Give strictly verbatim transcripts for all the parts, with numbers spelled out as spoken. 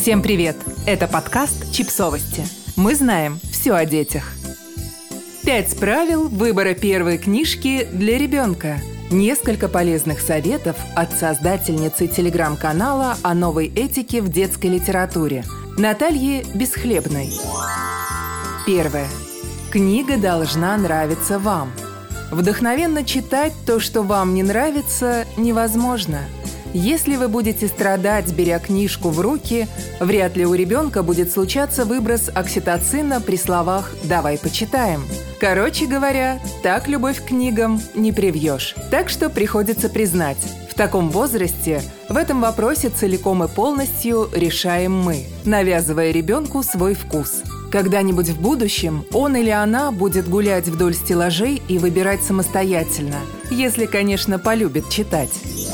Всем привет! Это подкаст «Чипсовости». Мы знаем все о детях. Пять правил выбора первой книжки для ребенка. Несколько полезных советов от создательницы телеграм-канала о новой этике в детской литературе Натальи Бесхлебной. Первое. Книга должна нравиться вам. Вдохновенно читать то, что вам не нравится, невозможно. Если вы будете страдать, беря книжку в руки, вряд ли у ребенка будет случаться выброс окситоцина при словах «давай почитаем». Короче говоря, так любовь к книгам не привьешь. Так что приходится признать, в таком возрасте в этом вопросе целиком и полностью решаем мы, навязывая ребенку свой вкус. Когда-нибудь в будущем он или она будет гулять вдоль стеллажей и выбирать самостоятельно, если, конечно, полюбит читать.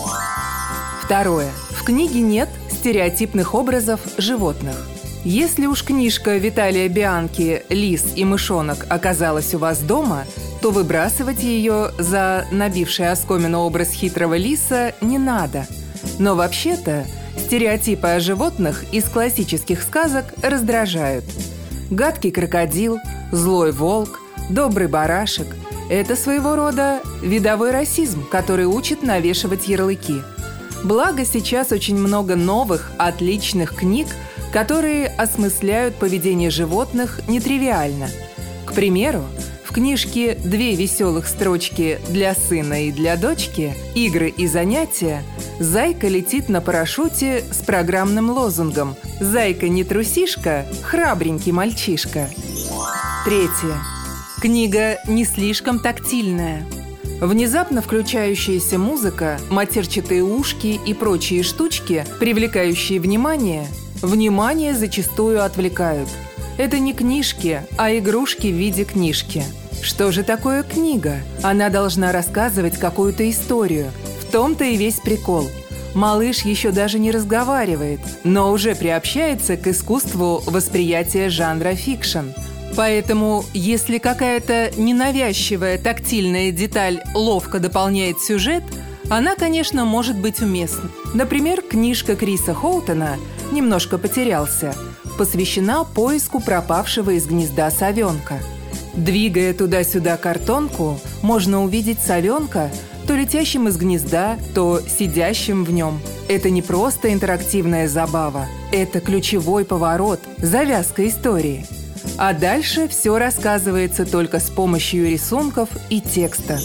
Второе. В книге нет стереотипных образов животных. Если уж книжка Виталия Бианки «Лис и мышонок» оказалась у вас дома, то выбрасывать ее за набивший оскомину образ хитрого лиса не надо. Но вообще-то стереотипы о животных из классических сказок раздражают. Гадкий крокодил, злой волк, добрый барашек – это своего рода видовой расизм, который учит навешивать ярлыки. Благо, сейчас очень много новых, отличных книг, которые осмысляют поведение животных нетривиально. К примеру, в книжке «Две веселых строчки для сына и для дочки. Игры и занятия» зайка летит на парашюте с программным лозунгом «Зайка не трусишка, храбренький мальчишка». Третье. Книга не слишком тактильная. Внезапно включающаяся музыка, матерчатые ушки и прочие штучки, привлекающие внимание, внимание зачастую отвлекают. Это не книжки, а игрушки в виде книжки. Что же такое книга? Она должна рассказывать какую-то историю. В том-то и весь прикол. Малыш еще даже не разговаривает, но уже приобщается к искусству восприятия жанра фикшн. Поэтому, если какая-то ненавязчивая тактильная деталь ловко дополняет сюжет, она, конечно, может быть уместна. Например, книжка Криса Хоутона «Немножко потерялся» посвящена поиску пропавшего из гнезда совенка. Двигая туда-сюда картонку, можно увидеть совенка то летящим из гнезда, то сидящим в нем. Это не просто интерактивная забава, это ключевой поворот, завязка истории. А дальше все рассказывается только с помощью рисунков и текста.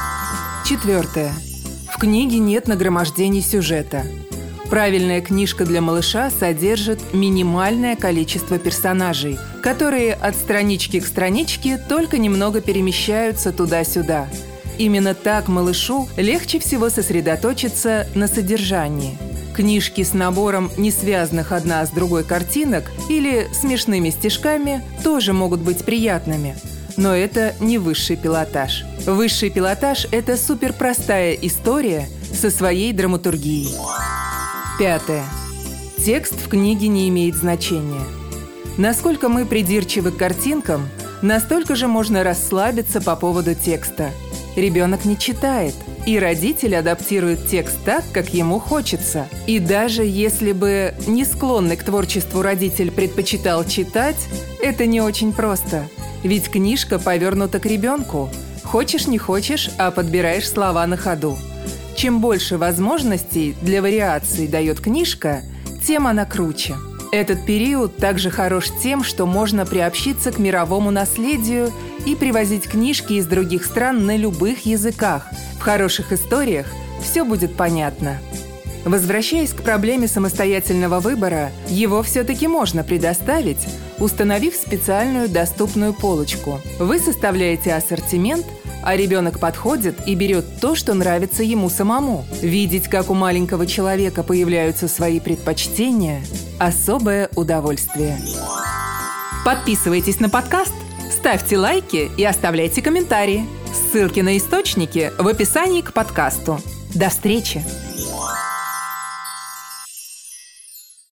Четвертое. В книге нет нагромождений сюжета. Правильная книжка для малыша содержит минимальное количество персонажей, которые от странички к страничке только немного перемещаются туда-сюда. Именно так малышу легче всего сосредоточиться на содержании. Книжки с набором несвязанных одна с другой картинок или смешными стишками тоже могут быть приятными. Но это не высший пилотаж. Высший пилотаж – это суперпростая история со своей драматургией. Пятое. Текст в книге не имеет значения. Насколько мы придирчивы к картинкам, настолько же можно расслабиться по поводу текста. Ребенок не читает, и родитель адаптирует текст так, как ему хочется. И даже если бы не склонный к творчеству родитель предпочитал читать, это не очень просто. Ведь книжка повернута к ребенку. Хочешь, не хочешь, а подбираешь слова на ходу. Чем больше возможностей для вариаций дает книжка, тем она круче. Этот период также хорош тем, что можно приобщиться к мировому наследию и привозить книжки из других стран на любых языках. В хороших историях все будет понятно. Возвращаясь к проблеме самостоятельного выбора, его все-таки можно предоставить, установив специальную доступную полочку. Вы составляете ассортимент, а ребенок подходит и берет то, что нравится ему самому. Видеть, как у маленького человека появляются свои предпочтения – особое удовольствие. Подписывайтесь на подкаст, ставьте лайки и оставляйте комментарии. Ссылки на источники в описании к подкасту. До встречи!